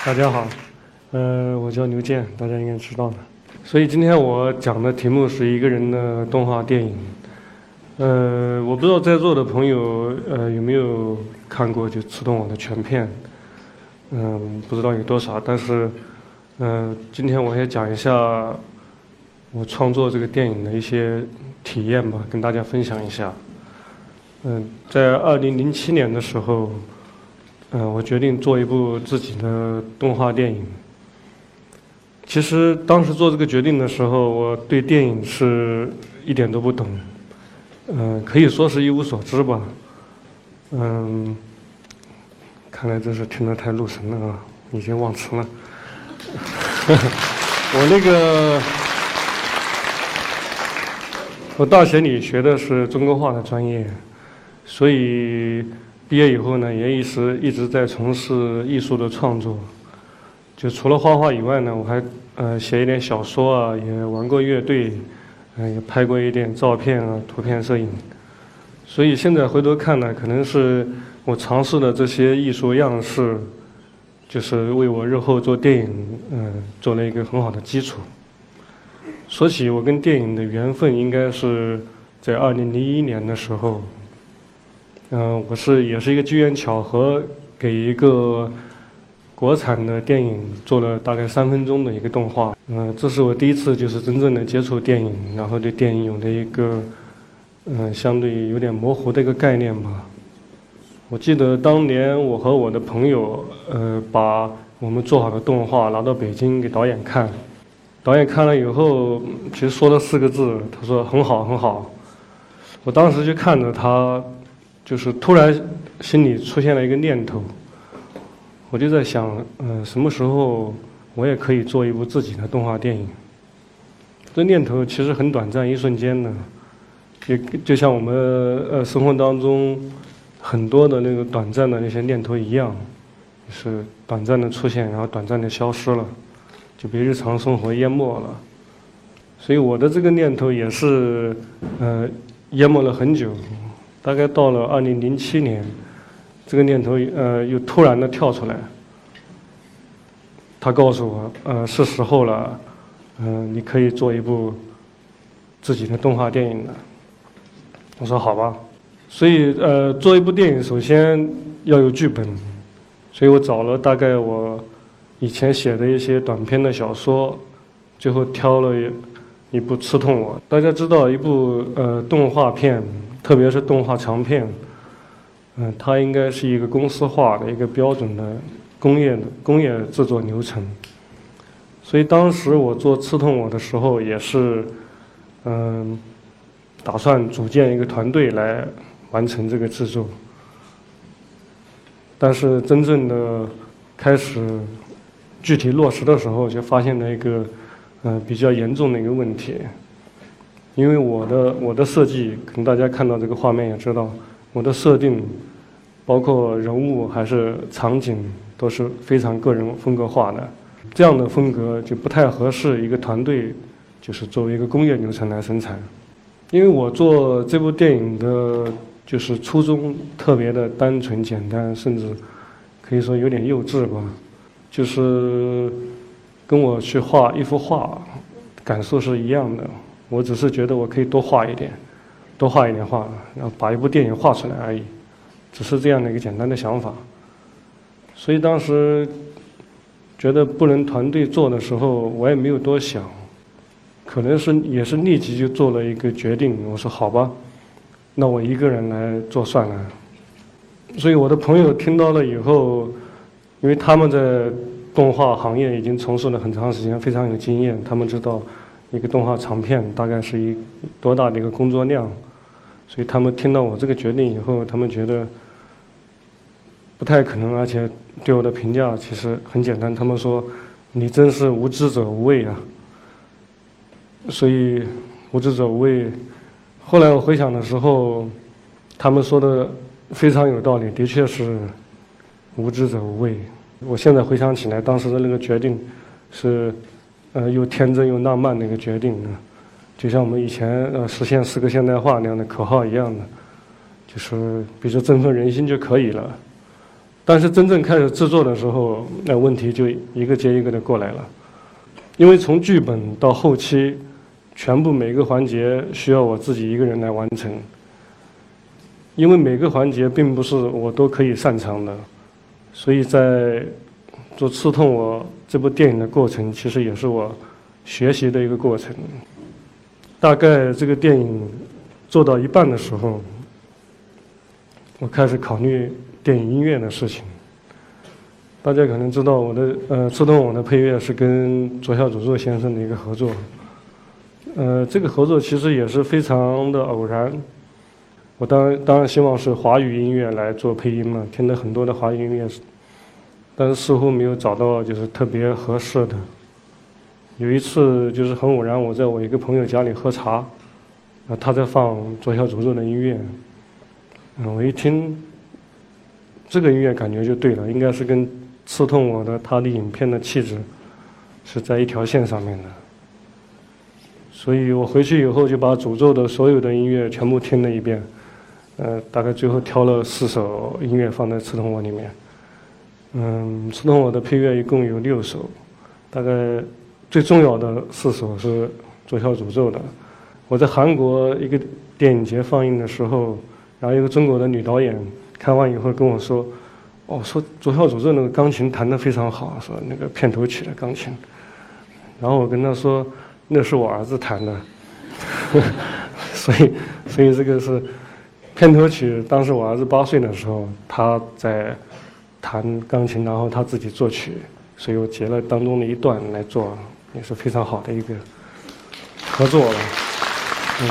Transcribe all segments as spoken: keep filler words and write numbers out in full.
大家好，呃，我叫刘健，大家应该知道的。所以今天我讲的题目是一个人的动画电影。呃，我不知道在座的朋友呃有没有看过就刺痛我的全片，嗯、不知道有多少，但是，呃，今天我也讲一下我创作这个电影的一些体验吧，跟大家分享一下。嗯、在二零零七年的时候。嗯、呃，我决定做一部自己的动画电影。其实当时做这个决定的时候，我对电影是一点都不懂，嗯、呃，可以说是一无所知吧。嗯，看来真是听得太入神了啊，已经忘词了。我那个，我大学里学的是中国画的专业，所以。毕业以后呢，也一直一直在从事艺术的创作。就除了画画以外呢，我还呃写一点小说啊，也玩过乐队，呃也拍过一点照片啊、图片摄影。所以现在回头看呢，可能是我尝试的这些艺术样式，就是为我日后做电影嗯、呃、做了一个很好的基础。说起我跟电影的缘分，应该是在二零零一年的时候。嗯、呃，我是也是一个机缘巧合，给一个国产的电影做了大概三分钟的一个动画。嗯、呃，这是我第一次就是真正的接触电影，然后对电影有了一个嗯、呃、相对有点模糊的一个概念吧。我记得当年我和我的朋友呃把我们做好的动画拿到北京给导演看，导演看了以后其实说了四个字，他说很好很好。我当时就看着他。就是突然心里出现了一个念头，我就在想，嗯、呃，什么时候我也可以做一部自己的动画电影？这念头其实很短暂，一瞬间的，也就像我们呃生活当中很多的那个短暂的那些念头一样，是短暂的出现，然后短暂的消失了，就被日常生活淹没了。所以我的这个念头也是呃淹没了很久。大概到了二零零七年，这个念头呃又突然的跳出来。他告诉我，呃是时候了，嗯、呃，你可以做一部自己的动画电影了。我说好吧。所以呃做一部电影首先要有剧本，所以我找了大概我以前写的一些短篇的小说，最后挑了一部《刺痛我》。大家知道一部呃动画片。特别是动画长片，嗯、呃，它应该是一个公司化的一个标准的工业的工业制作流程。所以当时我做《刺痛我》的时候，也是，嗯、呃，打算组建一个团队来完成这个制作。但是真正的开始具体落实的时候，就发现了一个，呃，比较严重的一个问题。因为我的我的设计，可能大家看到这个画面也知道，我的设定，包括人物还是场景，都是非常个人风格化的。这样的风格就不太合适一个团队，就是作为一个工业流程来生产。因为我做这部电影的，就是初衷特别的单纯简单，甚至可以说有点幼稚吧。就是跟我去画一幅画，感受是一样的。我只是觉得我可以多画一点，多画一点画，然后把一部电影画出来而已，只是这样的一个简单的想法。所以当时觉得不能团队做的时候，我也没有多想，可能是也是立即就做了一个决定。我说好吧，那我一个人来做算了。所以我的朋友听到了以后，因为他们在动画行业已经从事了很长时间，非常有经验，他们知道。一个动画长片大概是一多大的一个工作量，所以他们听到我这个决定以后，他们觉得不太可能，而且对我的评价其实很简单，他们说你真是无知者无畏啊。所以无知者无畏。后来我回想的时候，他们说的非常有道理，的确是无知者无畏。我现在回想起来，当时的那个决定是。呃，又天真又浪漫的一个决定呢，就像我们以前呃实现四个现代化那样的口号一样的，就是比如说振奋人心就可以了。 但是真正开始制作的时候，那问题就一个接一个的过来了。因为从剧本到后期，全部每个环节需要我自己一个人来完成。因为每个环节并不是我都可以擅长的，所以在做《刺痛我》这部电影的过程，其实也是我学习的一个过程。大概这个电影做到一半的时候，我开始考虑电影音乐的事情。大家可能知道我的呃《刺痛我》的配乐是跟左小祖咒先生的一个合作，呃，这个合作其实也是非常的偶然。我当然当然希望是华语音乐来做配音嘛，听了很多的华语音乐，但是似乎没有找到就是特别合适的。有一次就是很偶然，我在我一个朋友家里喝茶，啊，他在放左小祖咒的音乐，嗯，我一听这个音乐感觉就对了，应该是跟刺痛我的他的影片的气质是在一条线上面的。所以我回去以后就把诅咒的所有的音乐全部听了一遍，呃，大概最后挑了四首音乐放在刺痛我里面。嗯，刺痛我的配乐一共有六首，大概最重要的四首是左小诅咒的。我在韩国一个电影节放映的时候，然后一个中国的女导演看完以后跟我说，哦，说左小诅咒那个钢琴弹得非常好，说那个片头曲的钢琴。然后我跟他说，那是我儿子弹的，所以所以这个是片头曲。当时我儿子八岁的时候，他在弹钢琴，然后他自己作曲，所以我截了当中的一段来做，也是非常好的一个合作了。嗯，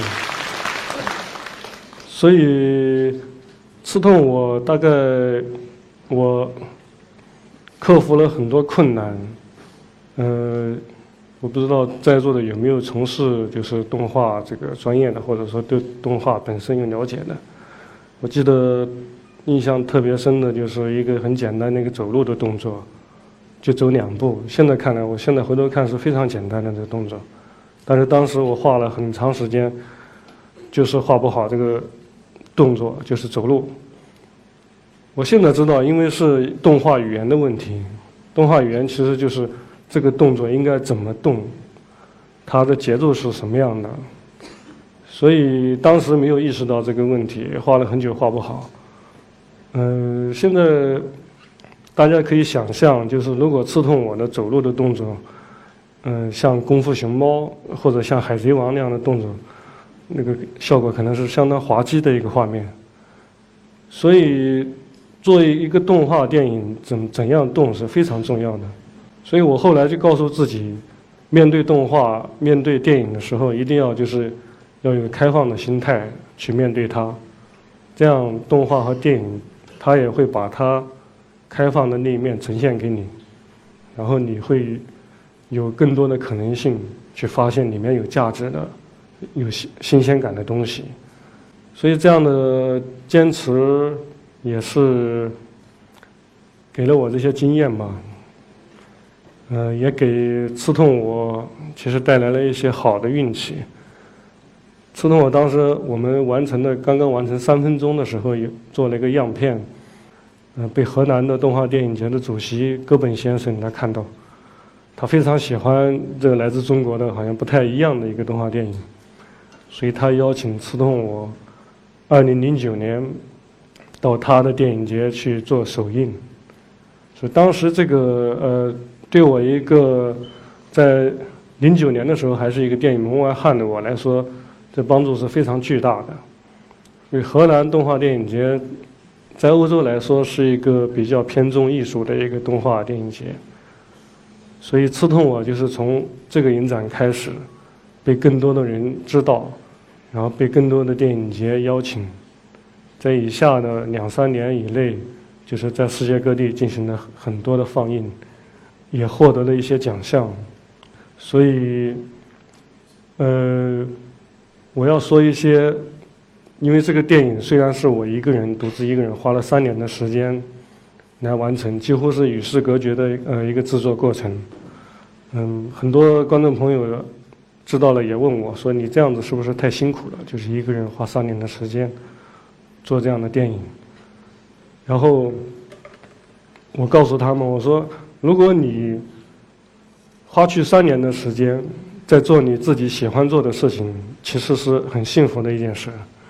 所以刺痛我大概我克服了很多困难，呃。我不知道在座的有没有从事就是动画这个专业的，或者说对动画本身有了解的。我记得印象特别深的就是一个很简单的一个走路的动作，就走两步。现在看来，我现在回头看是非常简单的这个动作，但是当时我画了很长时间，就是画不好这个动作，就是走路。我现在知道，因为是动画语言的问题，动画语言其实就是这个动作应该怎么动，它的节奏是什么样的，所以当时没有意识到这个问题，画了很久画不好。嗯、呃，现在大家可以想象，就是如果刺痛我的走路的动作，嗯、呃，像功夫熊猫或者像海贼王那样的动作，那个效果可能是相当滑稽的一个画面。所以作为一个动画电影，怎怎样动是非常重要的。所以我后来就告诉自己，面对动画、面对电影的时候，一定要就是要有开放的心态去面对它，这样动画和电影它也会把它开放的那一面呈现给你，然后你会有更多的可能性去发现里面有价值的、有新新鲜感的东西。所以这样的坚持也是给了我这些经验吧。呃，也给刺痛我其实带来了一些好的运气。刺痛我当时我们完成的刚刚完成三分钟的时候，也做了一个样片，呃，被河南的动画电影节的主席戈本先生他看到，他非常喜欢这个来自中国的好像不太一样的一个动画电影，所以他邀请刺痛我，二零零九年到他的电影节去做首映。所以当时这个呃。对我一个在零九年的时候还是一个电影门外汉的我来说，这帮助是非常巨大的。因为荷兰动画电影节在欧洲来说是一个比较偏重艺术的一个动画电影节，所以刺痛我就是从这个影展开始被更多的人知道，然后被更多的电影节邀请，在以下的两三年以内，就是在世界各地进行了很多的放映，也获得了一些奖项。所以呃我要说一些，因为这个电影虽然是我一个人独自一个人花了三年的时间来完成，几乎是与世隔绝的呃一个制作过程。嗯，很多观众朋友知道了也问我说，你这样子是不是太辛苦了，就是一个人花三年的时间做这样的电影。然后我告诉他们，我说，如果你花去三年的时间在做你自己喜欢做的事情，其实是很幸福的一件事。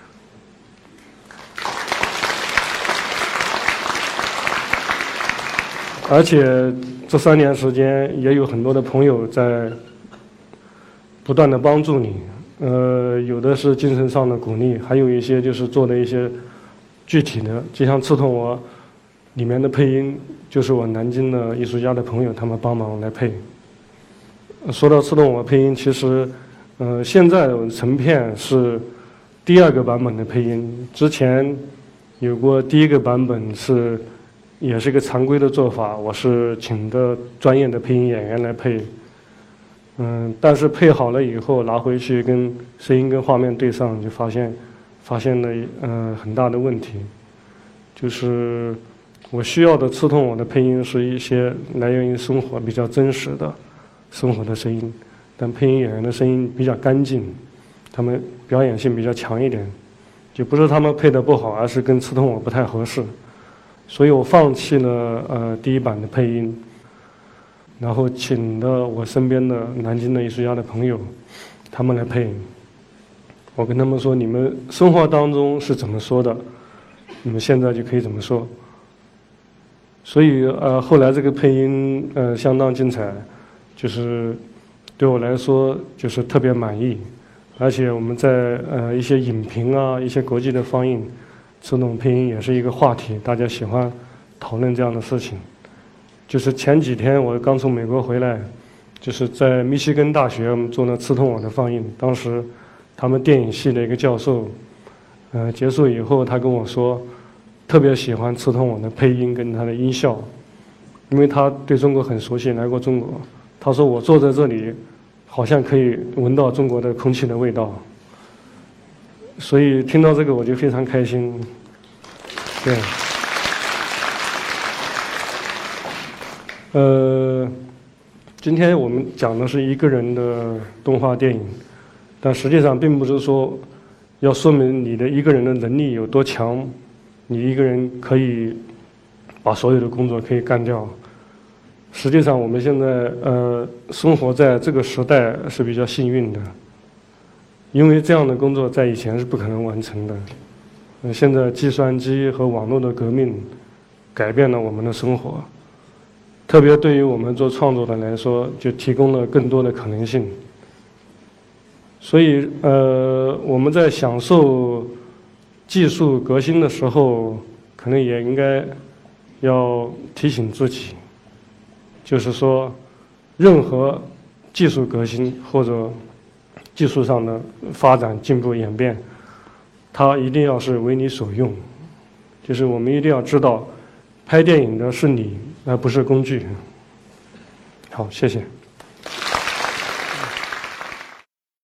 而且这三年时间也有很多的朋友在不断的帮助你，呃，有的是精神上的鼓励，还有一些就是做的一些具体的，就像刺痛我里面的配音，就是我南京的艺术家的朋友他们帮忙来配。说到刺痛我配音，其实呃现在成片是第二个版本的配音，之前有过第一个版本是也是一个常规的做法，我是请的专业的配音演员来配，嗯，但是配好了以后拿回去跟声音跟画面对上，就发现发现了呃很大的问题，就是我需要的刺痛我的配音是一些来源于生活比较真实的生活的声音，但配音演员的声音比较干净，他们表演性比较强一点，就不是他们配的不好，而是跟刺痛我不太合适。所以我放弃了呃第一版的配音，然后请了我身边的南京的艺术家的朋友，他们来配。我跟他们说，你们生活当中是怎么说的，你们现在就可以怎么说。所以呃后来这个配音呃相当精彩，就是对我来说就是特别满意，而且我们在呃一些影评啊，一些国际的放映。这种配音也是一个话题，大家喜欢讨论这样的事情。就是前几天我刚从美国回来，就是在密西根大学我们做了《刺痛我》的放映，当时他们电影系的一个教授，呃，结束以后他跟我说，特别喜欢《刺痛我》的配音跟他的音效，因为他对中国很熟悉，来过中国。他说我坐在这里，好像可以闻到中国的空气的味道。所以听到这个我就非常开心，对。呃，今天我们讲的是一个人的动画电影，但实际上并不是说要说明你的一个人的能力有多强，你一个人可以把所有的工作可以干掉。实际上我们现在呃生活在这个时代是比较幸运的。因为这样的工作在以前是不可能完成的，呃，现在计算机和网络的革命改变了我们的生活，特别对于我们做创作的来说，就提供了更多的可能性。所以，呃，我们在享受技术革新的时候，可能也应该要提醒自己，就是说，任何技术革新或者技术上的发展、进步、演变，它一定要是为你所用。就是我们一定要知道，拍电影的是你，而不是工具。好，谢谢。